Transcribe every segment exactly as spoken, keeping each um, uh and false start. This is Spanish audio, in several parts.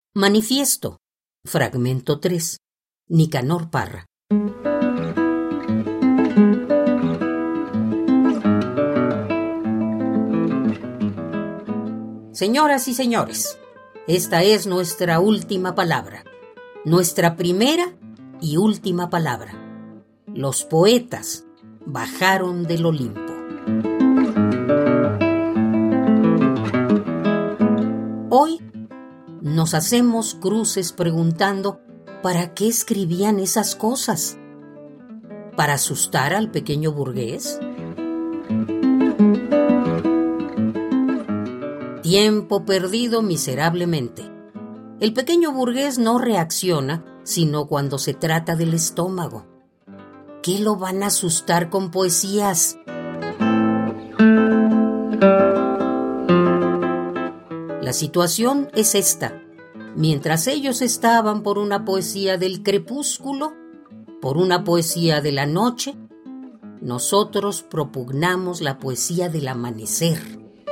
Manifiesto, fragmento tres, Nicanor Parra. Señoras y señores, esta es nuestra última palabra, nuestra primera y última palabra. Los poetas bajaron del Olimpo. Hoy nos hacemos cruces preguntando ¿para qué escribían esas cosas? ¿Para asustar al pequeño burgués? Tiempo perdido miserablemente. El pequeño burgués no reacciona sino cuando se trata del estómago. ¿Qué lo van a asustar con poesías? La situación es esta. Mientras ellos estaban por una poesía del crepúsculo, por una poesía de la noche, nosotros propugnamos la poesía del amanecer.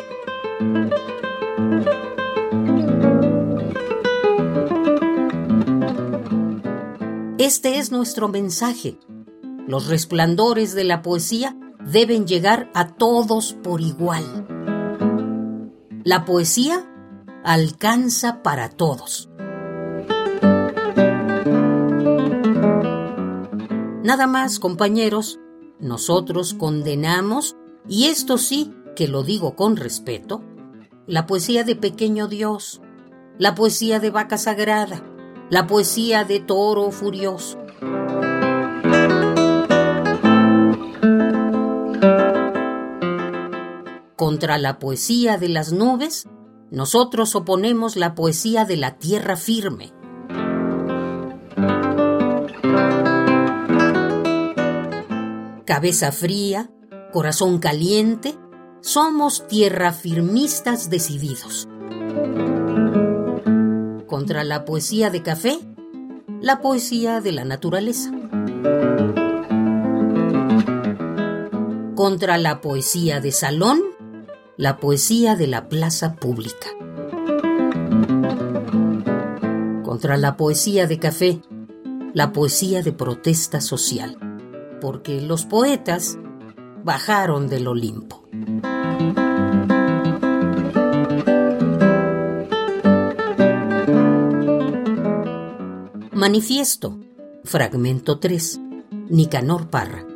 Este es nuestro mensaje. Los resplandores de la poesía deben llegar a todos por igual. La poesía alcanza para todos. Nada más, compañeros, nosotros condenamos, y esto sí que lo digo con respeto, la poesía de Pequeño Dios, la poesía de Vaca Sagrada, la poesía de Toro Furioso. Contra la poesía de las nubes, nosotros oponemos la poesía de la tierra firme. Cabeza fría, corazón caliente, somos tierrafirmistas decididos. Contra la poesía de café, la poesía de la naturaleza. Contra la poesía de salón, la poesía de la plaza pública. Contra la poesía de café, la poesía de protesta social, porque los poetas bajaron del Olimpo. Manifiesto, fragmento tres, Nicanor Parra.